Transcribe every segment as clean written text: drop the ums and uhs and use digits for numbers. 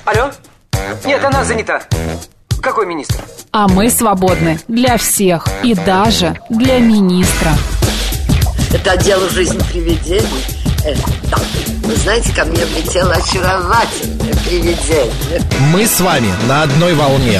Алло? Нет, она занята. Какой министр? А мы свободны для всех и даже для министра. Это отдел «Жизнь привидений». Да. Вы знаете, ко мне влетело очаровательное привидение. Мы с вами на одной волне.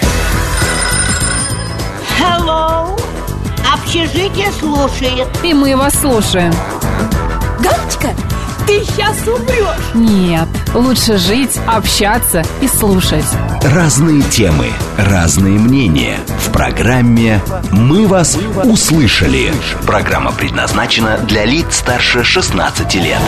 Hello. Общежитие слушает. И мы вас слушаем. Галочка, ты сейчас умрешь. Нет, лучше жить, общаться и слушать. Разные темы, разные мнения. В программе «Мы вас услышали». Программа предназначена для лиц старше 16 лет.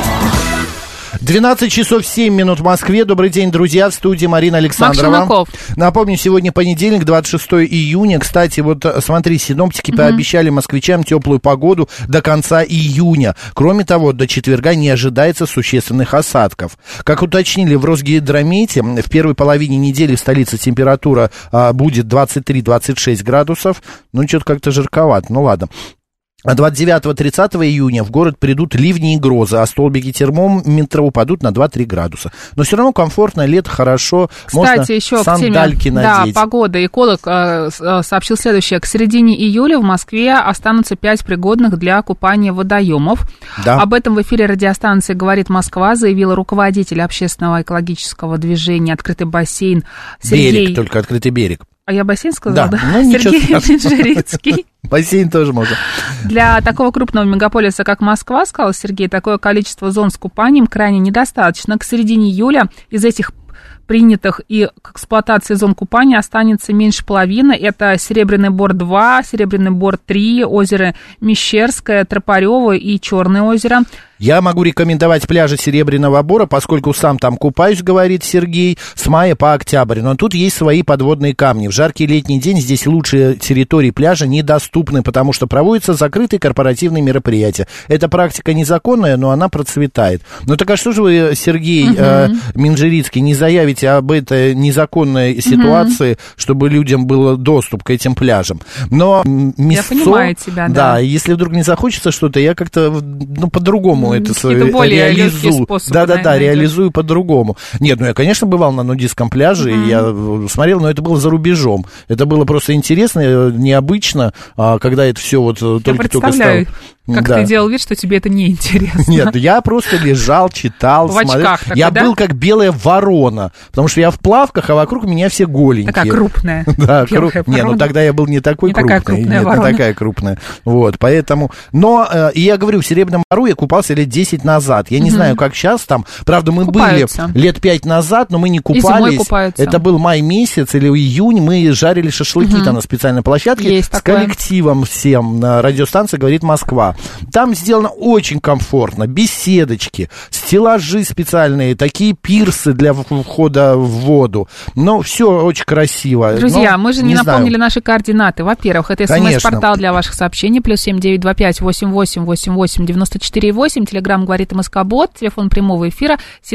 12 часов 7 минут в Москве. Добрый день, друзья, в студии Марина Александрова. Напомню, сегодня понедельник, 26 июня. Кстати, вот смотри, синоптики пообещали москвичам теплую погоду до конца июня. Кроме того, до четверга не ожидается существенных осадков. Как уточнили в Росгидромете, в первой половине недели в столице температура будет 23-26 градусов. Ну, что-то как-то жарковато, ну ладно. А 29-30 июня в город придут ливни и грозы, а столбики термометра упадут на 2-3 градуса. Но все равно комфортно, лето хорошо. Кстати, можно еще сандальки к теме, надеть. Да, погода. Эколог сообщил следующее. К середине июля в Москве останутся 5 пригодных для купания водоемов. Да. Об этом в эфире радиостанции «Говорит Москва» заявила руководитель общественного экологического движения «Открытый бассейн» Сергей... Берег, только открытый берег. А я бассейн сказала, да? Ну, Сергей Менжерицкий. Бассейн тоже можно. Для такого крупного мегаполиса, как Москва, сказал Сергей, такое количество зон с купанием крайне недостаточно. К середине июля из этих принятых и к эксплуатации зон купания останется меньше половины. Это Серебряный Бор-2, Серебряный Бор-3, озеро Мещерское, Тропарёво и Черное озеро. Я могу рекомендовать пляжи Серебряного Бора, поскольку сам там купаюсь, говорит Сергей, с мая по октябрь. Но тут есть свои подводные камни. В жаркий летний день здесь лучшие территории пляжа недоступны, потому что проводятся закрытые корпоративные мероприятия. Эта практика незаконная, но она процветает. Ну так а что же вы, Сергей Менжерицкий, не заявите об этой незаконной ситуации, чтобы людям был доступ к этим пляжам? Но я понимаю тебя, да. Да, если вдруг не захочется что-то, я как-то, по-другому это реализую. Да, реализую по-другому. Нет, я, конечно, бывал на нудистском пляже, и я смотрел, но это было за рубежом. Это было просто интересно, необычно, когда это все вот только-только стало. Как ты делал вид, что тебе это неинтересно. Нет, я просто лежал, читал, смотрел. Я был как белая ворона, потому что я в плавках, а вокруг меня все голенькие. Такая крупная. Да, не, тогда я был не такой крупный. Нет, не такая крупная. Вот, поэтому... Но, и я говорю, в Серебряном Бору я купался лет 10 назад. Я не знаю, как сейчас там. Правда, мы были лет 5 назад, но мы не купались. И зимой купаются. Это был май месяц или июнь. Мы жарили шашлыки там на специальной площадке с коллективом всем на радиостанции «Говорит Москва». Там сделано очень комфортно, беседочки, стеллажи специальные, такие пирсы для входа в воду. Ну, все очень красиво. Друзья, мы же не напомнили наши координаты. Во-первых, это СМС-портал для ваших сообщений, +7 925 88 88 94 8, Телеграм «Говорит МСК-бот», телефон прямого эфира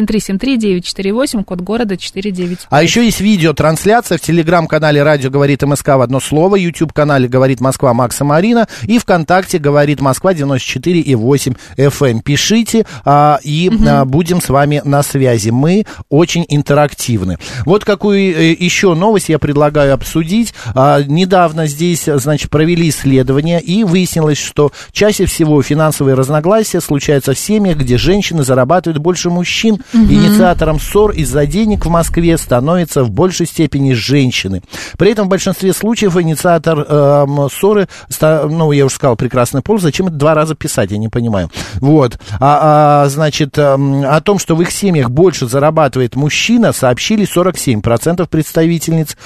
7373948, код города 495. А еще есть видеотрансляция в Телеграм-канале «Радио говорит МСК» в одно слово, YouTube-канале «Говорит Москва» Макс и Марина и ВКонтакте «Говорит Москва» 94,8 FM. Пишите, и будем с вами на связи. Мы очень интерактивны. Вот какую еще новость я предлагаю обсудить. Недавно здесь, значит, провели исследование, и выяснилось, что чаще всего финансовые разногласия случаются в семьях, где женщины зарабатывают больше мужчин. Инициатором ссор из-за денег в Москве становится в большей степени женщины. При этом в большинстве случаев инициатор ссоры, я уже сказал, прекрасный пол. Зачем это 2 раза писать, я не понимаю. Вот. Значит, о том, что в их семьях больше зарабатывает мужчина, сообщили 47% представительниц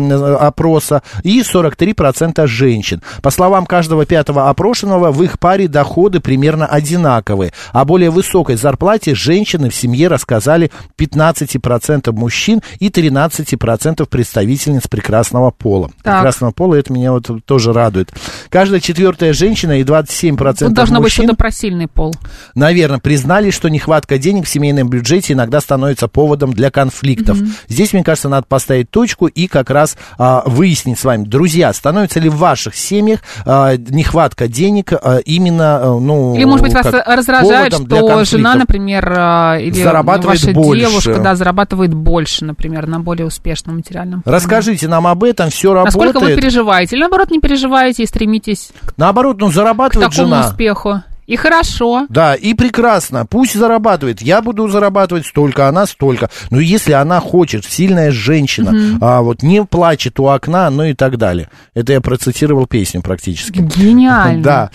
опроса и 43% женщин. По словам каждого 5-го опрошенного, в их паре доходы примерно одинаковые. О более высокой зарплате женщины в семье рассказали 15% мужчин и 13% представительниц прекрасного пола. Так. Прекрасного пола, это меня вот тоже радует. Каждая 4-я женщина и 27% Тут должно мужчин, быть что-то про сильный пол. Наверное, признали, что нехватка денег в семейном бюджете иногда становится поводом для конфликтов. Здесь, мне кажется, надо поставить точку и как раз выяснить с вами, друзья, становится ли в ваших семьях нехватка денег именно, или, может быть, вас раздражает, поводом для что конфликтов. жена, например, или Зарабатывает ваша больше. девушка, да, зарабатывает больше, например, на более успешном материальном плане. Расскажите нам об этом, все работает. Насколько вы переживаете? Или, наоборот, не переживаете и стремитесь Наоборот, к зарабатывает такому жена. успеху? И хорошо. Да, и прекрасно. Пусть зарабатывает. Я буду зарабатывать столько, она столько. Но если она хочет, сильная женщина, вот не плачет у окна, ну и так далее. Это я процитировал песню практически. Гениально. Да.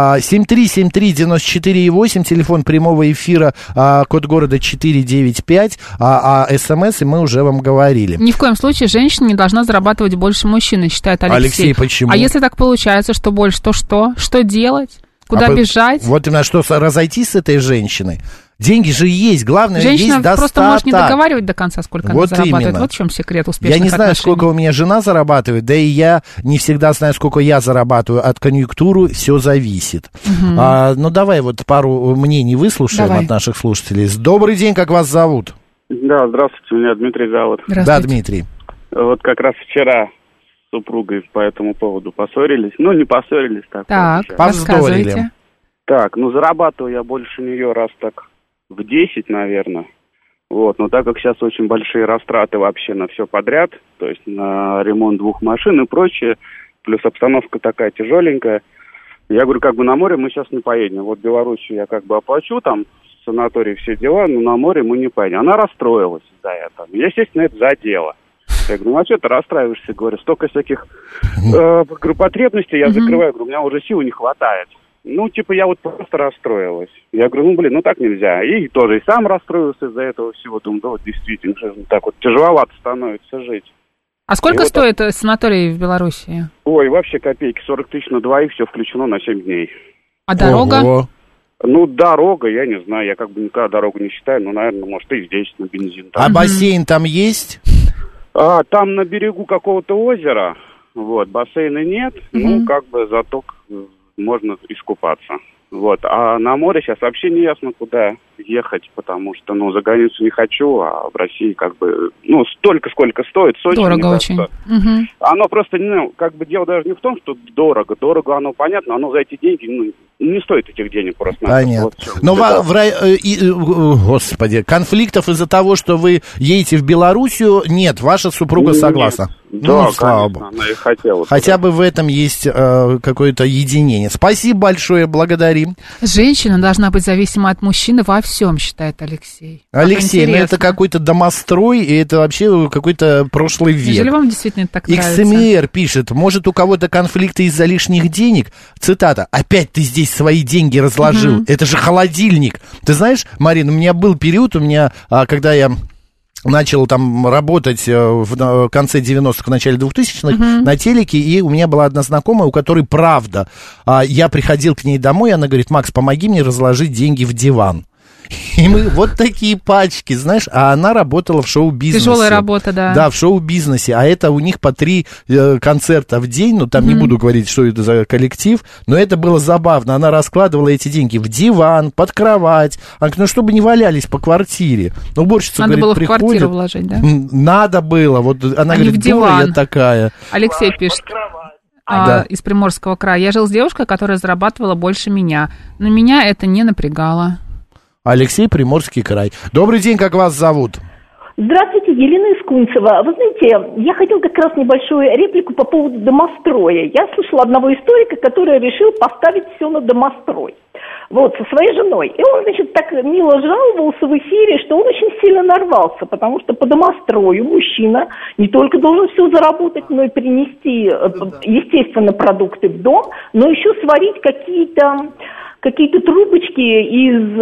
7373948, телефон прямого эфира, код города 495, а СМС мы уже вам говорили. Ни в коем случае женщина не должна зарабатывать больше мужчины, считает Алексей. Алексей, почему? А если так получается, что больше, то что? Что делать? Куда бежать? Вот именно что, разойтись с этой женщиной? Деньги же есть, главное, женщина есть достаток. просто может не договаривать до конца, сколько вот она зарабатывает. Именно. Вот в чем секрет успешных Я не знаю, отношений. сколько у меня жена зарабатывает, да и я не всегда знаю, сколько я зарабатываю. От конъюнктуры все зависит. Ну, давай вот пару мнений выслушаем от наших слушателей. Добрый день, как вас зовут? Да, здравствуйте, меня Дмитрий зовут. Да, Дмитрий. Вот как раз вчера с супругой по этому поводу поссорились. Ну, не поссорились, так. Рассказывайте. Так, зарабатываю я больше нее раз так в 10, наверное. Вот, но так как сейчас очень большие растраты вообще на все подряд, то есть на ремонт 2 машин и прочее, плюс обстановка такая тяжеленькая, я говорю, на море мы сейчас не поедем. Вот в Белоруссию я оплачу, там, в санатории все дела, но на море мы не поедем. Она расстроилась из-за этого. Я, естественно, это задело. Я говорю, а что ты расстраиваешься? Говорю, столько всяких потребностей я закрываю. Говорю, у меня уже сил не хватает. Я вот просто расстроилась. Я говорю, так нельзя. И тоже и сам расстроился из-за этого всего. Думаю, действительно, так вот тяжеловато становится жить. А сколько стоит санаторий в Белоруссии? Ой, вообще копейки, 40 тысяч на двоих, все включено на 7 дней. А дорога? Ого. Дорога, я не знаю, я никогда дорогу не считаю, наверное, может, и здесь на бензин. А бассейн там есть? Там на берегу какого-то озера, бассейна нет, зато можно искупаться. А на море сейчас вообще не ясно, куда ехать, потому что, за границу не хочу, а в России столько, сколько стоит. Сочи, дорого очень. Оно просто, дело даже не в том, что дорого. Дорого, оно понятно, оно за эти деньги, не стоит этих денег просто. Понятно. Но господи, конфликтов из-за того, что вы едете в Белоруссию, нет, ваша супруга согласна. Да, слава богу. Она и хотела. Хотя бы в этом есть какое-то единение. Спасибо большое, благодарим. Женщина должна быть зависима от мужчины во всем, считает Алексей. Алексей, это какой-то домострой, и это вообще какой-то прошлый век. Неужели вам действительно это так нравится? XMR пишет, может, у кого-то конфликты из-за лишних денег? Цитата, опять ты здесь свои деньги разложил, это же холодильник. Ты знаешь, Марина, у меня был период, когда я начал там работать в конце 90-х, в начале 2000-х на телеке, и у меня была одна знакомая, у которой, правда, я приходил к ней домой, и она говорит, Макс, помоги мне разложить деньги в диван. И мы вот такие пачки, знаешь, а она работала в шоу-бизнесе. Тяжелая работа, да. Да, в шоу-бизнесе, а это у них по 3 концерта в день, там не буду говорить, что это за коллектив, но это было забавно. Она раскладывала эти деньги в диван, под кровать, чтобы не валялись по квартире. Уборщица, надо говорит, было в квартиру вложить, да? Надо было, она говорит, дура я такая. Алексей пишет. Из Приморского края. Я жил с девушкой, которая зарабатывала больше меня, но меня это не напрягало. Алексей, Приморский край. Добрый день, как вас зовут? Здравствуйте, Елена из Кунцева. Вы знаете, я хотела как раз небольшую реплику по поводу домостроя. Я слышала одного историка, который решил поставить все на домострой. Со своей женой. И он, так мило жаловался в эфире, что он очень сильно нарвался, потому что по домострою мужчина не только должен все заработать, но и принести, естественно, продукты в дом, но еще сварить какие-то трубочки из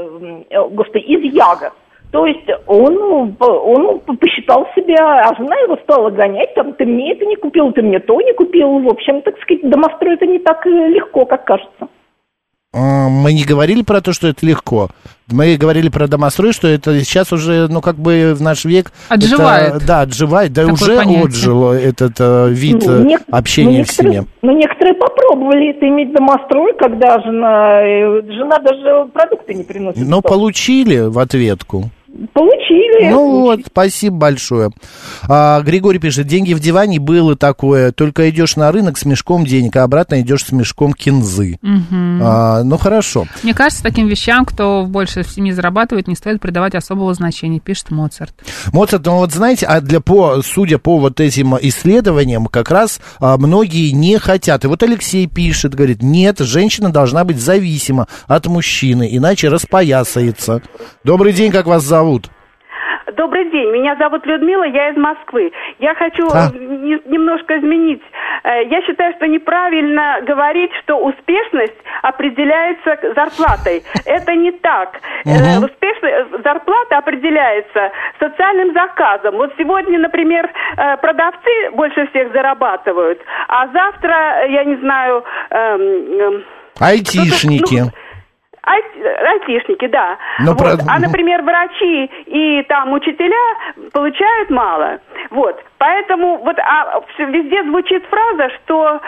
ягод. То есть он посчитал себя, а жена его стала гонять, ты мне это не купил, ты мне то не купил. В общем, так сказать, домострой это не так легко, как кажется. Мы не говорили про то, что это легко. Мы говорили про домострой, что это сейчас уже, в наш век... Отживает. Отживает. Да, уже понятие. отжило этот вид общения в семье. Некоторые попробовали это иметь домострой, когда жена даже продукты не приносит. Но получили в ответку. Получили. научили. Ну вот, спасибо большое. Григорий пишет, деньги в диване было такое, только идешь на рынок с мешком денег, а обратно идешь с мешком кинзы. Ну хорошо. Мне кажется, таким вещам, кто больше в семье зарабатывает, не стоит придавать особого значения, пишет Моцарт. Моцарт, ну вот знаете, судя по вот этим исследованиям, как раз многие не хотят. И вот Алексей пишет, говорит, нет, женщина должна быть зависима от мужчины, иначе распоясается. Добрый день, как вас зовут? Добрый день, меня зовут Людмила, я из Москвы. Я хочу немножко изменить. Я считаю, что неправильно говорить, что успешность определяется зарплатой. Это не так. Зарплата определяется социальным заказом. Вот сегодня, например, продавцы больше всех зарабатывают, а завтра, я не знаю... Айтишники. Айтишники, да. А, например, врачи и там учителя получают мало. Вот. Поэтому везде звучит фраза, что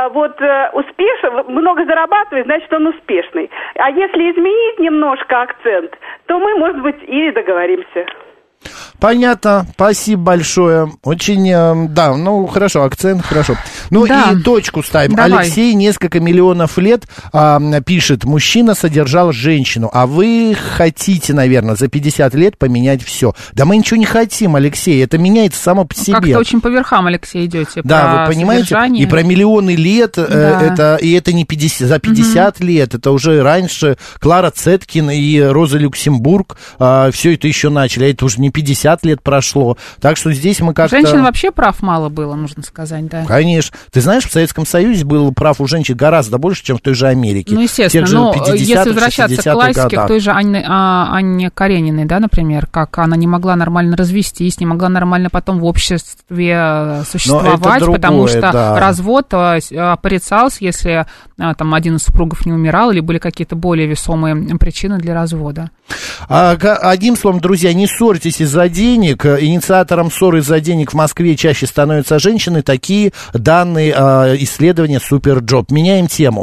много зарабатывает, значит, он успешный. А если изменить немножко акцент, то мы, может быть, и договоримся. Понятно, спасибо большое. Очень, хорошо, акцент, хорошо. И точку ставим. Давай. Алексей несколько миллионов лет пишет, мужчина содержал женщину, а вы хотите, наверное, за 50 лет поменять все. Да мы ничего не хотим, Алексей, это меняется само по себе. Как-то очень по верхам, Алексей, идете. Да, вы понимаете, содержание. И про миллионы лет, это не 50, за 50 лет, это уже раньше Клара Цеткин и Роза Люксембург все это еще начали, а это уже не 50 лет прошло. Так что здесь мы как-то... Женщин вообще прав мало было, нужно сказать, да. Конечно. Ты знаешь, в Советском Союзе было прав у женщин гораздо больше, чем в той же Америке. Ну, естественно. Но если возвращаться к классике, к той же Анне Карениной, да, например, как она не могла нормально развестись, не могла нормально потом в обществе существовать, потому что развод порицался, если там один из супругов не умирал, или были какие-то более весомые причины для развода. Одним словом, друзья, не ссорьтесь из-за денег. Инициатором ссоры из-за денег в Москве чаще становятся женщины. Такие данные исследования Суперджоп. Меняем тему.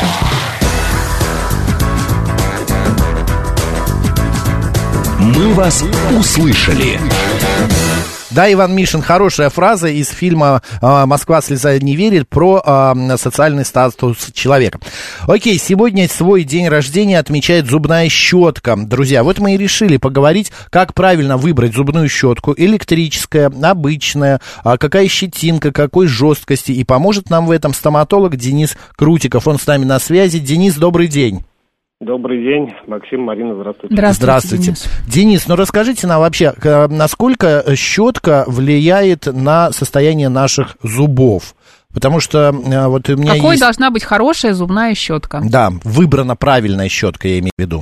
Мы вас услышали. Да, Иван Мишин, хорошая фраза из фильма «Москва слеза не верит» про социальный статус человека. Окей, сегодня свой день рождения отмечает зубная щетка. Друзья, вот мы и решили поговорить, как правильно выбрать зубную щетку. Электрическая, обычная, какая щетинка, какой жесткости. И поможет нам в этом стоматолог Денис Крутиков. Он с нами на связи. Денис, добрый день. Добрый день, Максим, Марина, здравствуйте. Здравствуйте. Денис, ну расскажите нам вообще, насколько щетка влияет на состояние наших зубов? Потому что вот у меня Какой должна быть хорошая зубная щетка? Да, выбрана правильная щетка, я имею в виду.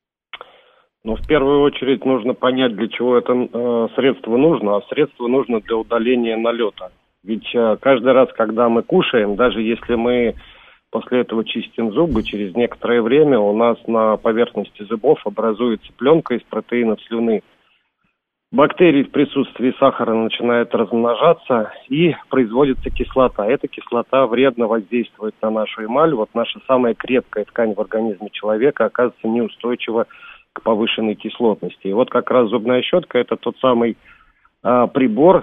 Ну, в первую очередь нужно понять, для чего это средство нужно, а средство нужно для удаления налета. Ведь каждый раз, когда мы кушаем, даже если мы после этого чистим зубы, через некоторое время у нас на поверхности зубов образуется пленка из протеинов слюны. Бактерии в присутствии сахара начинают размножаться и производится кислота. Эта кислота вредно воздействует на нашу эмаль. Вот наша самая крепкая ткань в организме человека оказывается неустойчива к повышенной кислотности. И вот как раз зубная щетка – это тот самый прибор,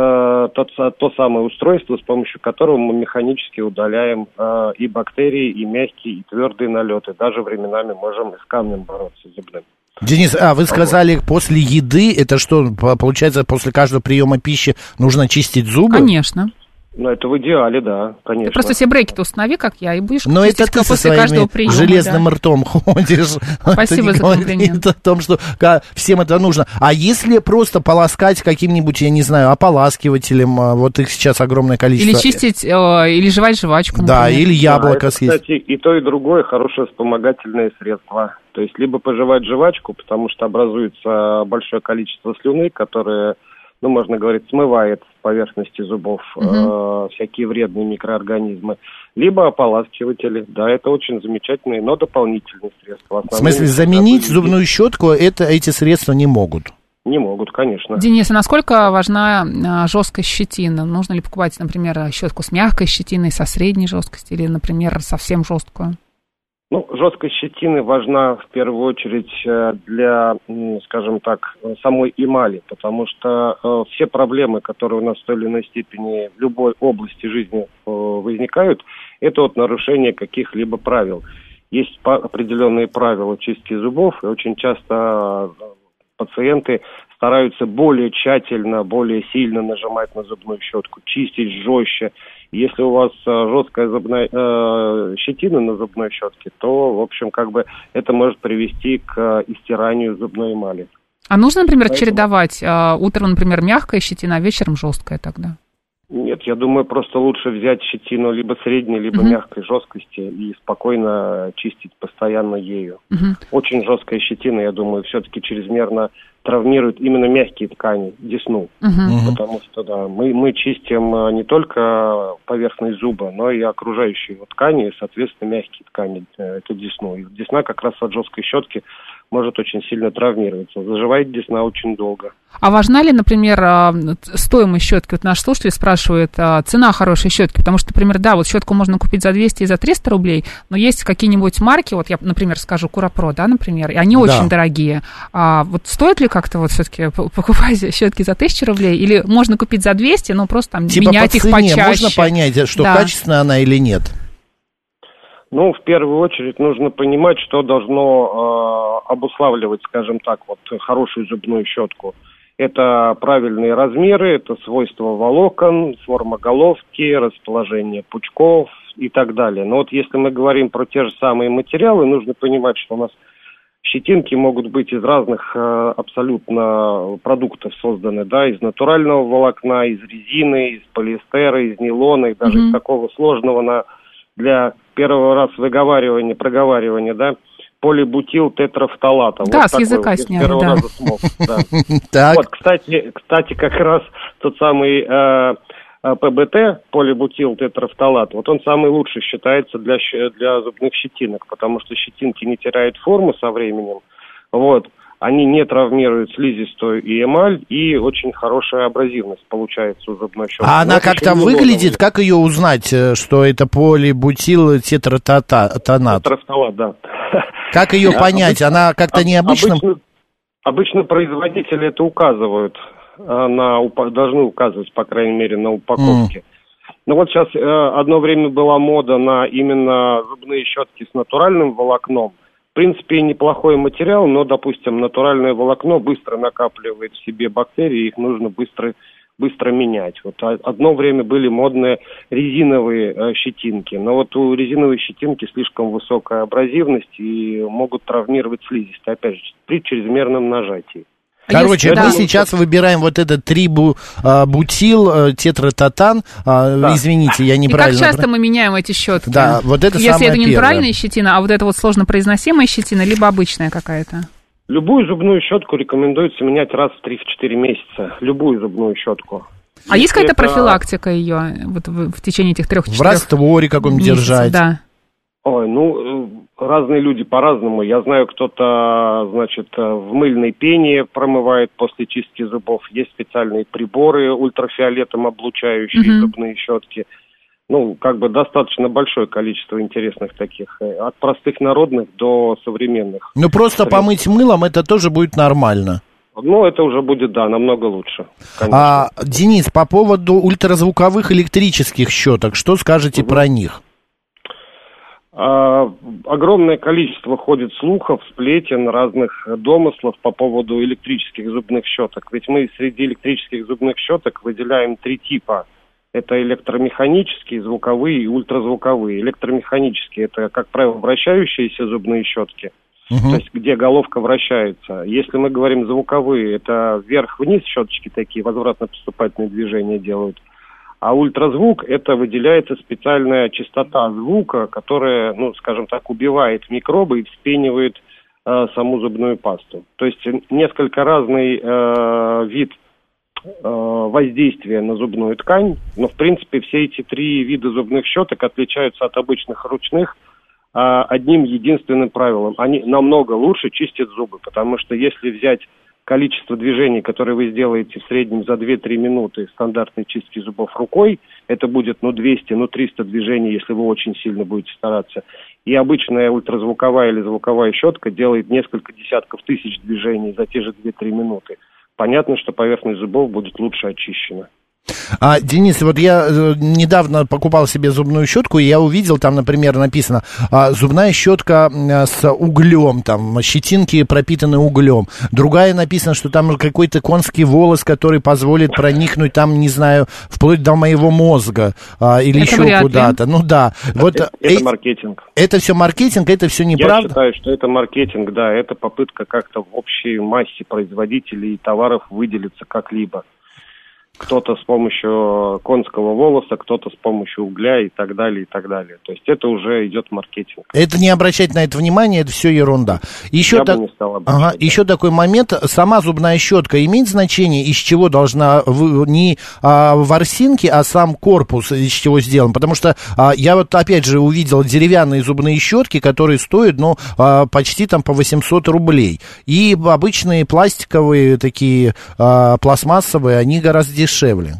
то самое устройство, с помощью которого мы механически удаляем и бактерии, и мягкие, и твердые налеты. Даже временами можем и с камнем бороться зубным. Денис, вы сказали, после еды, это что, получается, после каждого приема пищи нужно чистить зубы? Конечно. Ну, это в идеале, да, конечно. Ты просто себе брекеты установи, как я, и будешь но чистить это ты после каждого приема. Железным ртом ходишь. Спасибо за комплимент. О том, что всем это нужно. А если просто полоскать каким-нибудь, я не знаю, ополаскивателем, вот их сейчас огромное количество. Или чистить, или жевать жвачку, например. Да, или яблоко съесть. Кстати, и то, и другое хорошее вспомогательное средство. То есть, либо пожевать жвачку, потому что образуется большое количество слюны, которое, ну, можно говорить, смывает с поверхности зубов всякие вредные микроорганизмы, либо ополаскиватели. Да, это очень замечательные, но дополнительные средства. В смысле, заменить зубную щетку эти средства не могут? Не могут, конечно. Денис, а насколько важна жесткость щетины? Нужно ли покупать, например, щетку с мягкой щетиной, со средней жесткостью, или, например, совсем жесткую? Ну, жесткость щетины важна в первую очередь для, скажем так, самой эмали, потому что все проблемы, которые у нас в той или иной степени в любой области жизни возникают, это от нарушения каких-либо правил. Есть определенные правила чистки зубов, и очень часто пациенты стараются более тщательно, более сильно нажимать на зубную щетку, чистить жестче. Если у вас жесткая зубная щетина на зубной щетке, то, в общем, как бы это может привести к истиранию зубной эмали. А нужно, например, чередовать? Утром, например, мягкая щетина, а вечером жесткая тогда? Нет, я думаю, просто лучше взять щетину либо средней, либо мягкой жесткости и спокойно чистить постоянно ею. Очень жесткая щетина, я думаю, все-таки чрезмерно травмирует именно мягкие ткани, десну. Потому что, да, мы чистим не только поверхность зуба, но и окружающие его ткани, соответственно, мягкие ткани, это десну. И десна как раз от жесткой щетки может очень сильно травмироваться. Заживает десна очень долго. А важна ли, например, стоимость щетки? Вот наш слушатель спрашивает, цена хорошей щетки, потому что, например, да, вот щетку можно купить за 200 и за 300 рублей, но есть какие-нибудь марки, вот я, например, скажу Курапро, да, например, и они очень дорогие. А вот стоит ли как-то вот все-таки покупать щетки за 1000 рублей, или можно купить за 200, но просто там типа менять их почаще? Можно понять, что качественная она или нет? Ну, в первую очередь нужно понимать, что должно обуславливать, скажем так, вот хорошую зубную щетку. Это правильные размеры, это свойства волокон, форма головки, расположение пучков и так далее. Но вот если мы говорим про те же самые материалы, нужно понимать, что у нас щетинки могут быть из разных абсолютно продуктов созданы, да, из натурального волокна, из резины, из полиэстера, из нейлона, и даже из такого сложного для первого раз проговаривания, да, полибутил тетрафталата. Да, вот с языка сняли, первого раза смог, да. Вот, кстати, как раз тот самый ПБТ, полибутил тетрафталат, вот он самый лучший считается для зубных щетинок, потому что щетинки не теряют форму со временем, вот. Они не травмируют слизистую и эмаль, и очень хорошая абразивность получается у зубной щетки. А она как-то выглядит? Как ее узнать, что это полибутил тетратонат? Тетрафталат, да. Как ее понять? Она как-то необычно? Обычно производители это указывают, должны указывать, по крайней мере, на упаковке. Ну вот сейчас одно время была мода на именно зубные щетки с натуральным волокном. В принципе, неплохой материал, но, допустим, натуральное волокно быстро накапливает в себе бактерии, их нужно быстро менять. Вот одно время были модные резиновые щетинки, но вот у резиновой щетинки слишком высокая абразивность и могут травмировать слизистые, опять же, при чрезмерном нажатии. Короче, мы сейчас выбираем вот этот трибутил, тетратотан. Извините, я неправильно... И как часто мы меняем эти щетки? Да, вот это если самое это не первое. натуральная щетина, а вот это вот сложнопроизносимая щетина, либо обычная какая-то? Любую зубную щетку рекомендуется менять раз в 3-4 месяца. Любую зубную щетку. А есть какая-то профилактика ее вот в течение этих 3-4 месяцев? В растворе каком-нибудь держать? Да. Ой, разные люди по-разному. Я знаю, кто-то, значит, в мыльной пене промывает после чистки зубов. Есть специальные приборы ультрафиолетом облучающие зубные щетки. Ну, как бы достаточно большое количество интересных таких. От простых народных до современных. Ну, просто помыть мылом, это тоже будет нормально. Ну, это уже будет, да, намного лучше. Денис, по поводу ультразвуковых электрических щеток, что скажете про них? Огромное количество ходит слухов, сплетен, разных домыслов по поводу электрических зубных щеток. Ведь мы среди электрических зубных щеток выделяем 3 типа. Это электромеханические, звуковые и ультразвуковые. Электромеханические – это, как правило, вращающиеся зубные щетки, то есть где головка вращается. Если мы говорим звуковые, это вверх-вниз щеточки такие, возвратно-поступательные движения делают. А ультразвук – это выделяется специальная частота звука, которая, ну, скажем так, убивает микробы и вспенивает саму зубную пасту. То есть несколько разный вид воздействия на зубную ткань, но, в принципе, все эти 3 вида зубных щеток отличаются от обычных ручных одним единственным правилом. Они намного лучше чистят зубы, потому что если взять количество движений, которые вы сделаете в среднем за 2-3 минуты стандартной чистки зубов рукой, это будет, 200, 300 движений, если вы очень сильно будете стараться. И обычная ультразвуковая или звуковая щетка делает несколько десятков тысяч движений за те же 2-3 минуты. Понятно, что поверхность зубов будет лучше очищена. Денис, вот я недавно покупал себе зубную щетку, и я увидел, там, например, написано зубная щетка с углем, там, щетинки пропитаны углем. Другая написано, что там какой-то конский волос, который позволит проникнуть там, не знаю, вплоть до моего мозга или это еще куда-то. Ну да. Вот, это маркетинг. Это все маркетинг, это все неправда? Я считаю, что это маркетинг, да, это попытка как-то в общей массе производителей товаров выделиться как-либо. Кто-то с помощью конского волоса, кто-то с помощью угля и так далее, и так далее. То есть это уже идет маркетинг. Это не обращать на это внимание, это все ерунда. Еще бы не стал обращать. Еще такой момент. Сама зубная щетка имеет значение, из чего должна, не ворсинки, а сам корпус, из чего сделан? Потому что я вот опять же увидел деревянные зубные щетки, которые стоят, почти там по 800 рублей. И обычные пластиковые такие, пластмассовые, они гораздо дешевле.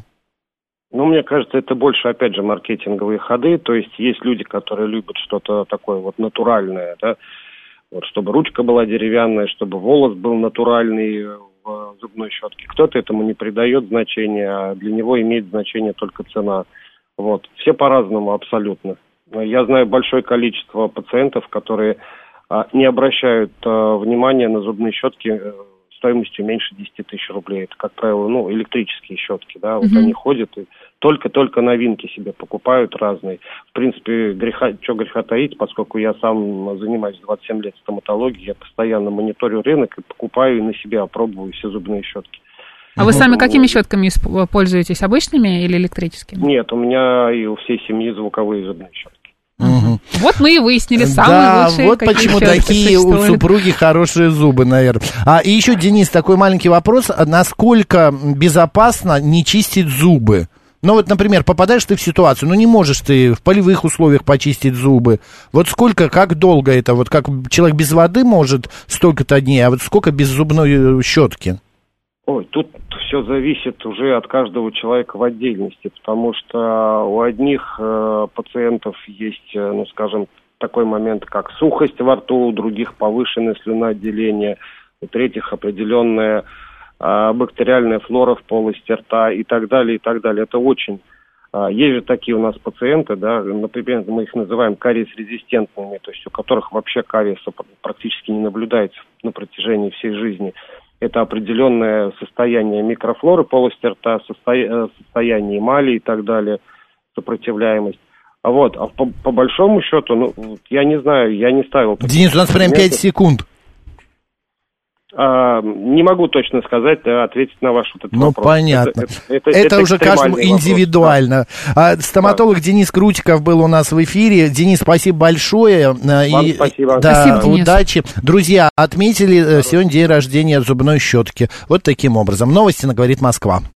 Мне кажется, это больше, опять же, маркетинговые ходы. То есть люди, которые любят что-то такое вот натуральное, да, вот, чтобы ручка была деревянная, чтобы волос был натуральный в зубной щетке. Кто-то этому не придает значения, а для него имеет значение только цена. Вот. Все по-разному абсолютно. Я знаю большое количество пациентов, которые не обращают внимания на зубные щетки стоимостью меньше 10 тысяч рублей. Это, как правило, электрические щетки, да, вот они ходят и только новинки себе покупают разные. В принципе, греха таить, поскольку я сам занимаюсь 27 лет стоматологией, я постоянно мониторю рынок и покупаю и на себя опробую все зубные щетки. А вы сами какими щетками пользуетесь, обычными или электрическими? Нет, у меня и у всей семьи звуковые зубные щетки. Вот мы и выяснили самые лучшие. Вот почему такие у супруги хорошие зубы, наверное. И еще, Денис, такой маленький вопрос. Насколько безопасно не чистить зубы? Например, попадаешь ты в ситуацию, не можешь ты в полевых условиях почистить зубы. Вот сколько, как долго это? Вот как человек без воды может столько-то дней, а вот сколько без зубной щетки? Тут все зависит уже от каждого человека в отдельности, потому что у одних пациентов есть, такой момент, как сухость во рту, у других повышенное слюноотделение, у третьих определенная бактериальная флора в полости рта и так далее, и так далее. Это очень... Есть же такие у нас пациенты, да, например, мы их называем кариес-резистентными, то есть у которых вообще кариеса практически не наблюдается на протяжении всей жизни. Это определенное состояние микрофлоры полости рта, состояние эмали и так далее, сопротивляемость. А по большому счету, я не знаю, я не ставил... Денис, у нас прям 5 секунд. Не могу точно сказать, ответить на ваш вопрос. Понятно. Это уже каждому индивидуально. Да. Стоматолог Денис Крутиков был у нас в эфире. Денис, спасибо большое. Вам спасибо. Да, спасибо, удачи. Друзья, отметили сегодня день рождения зубной щетки. Вот таким образом. Новости на «Говорит Москва».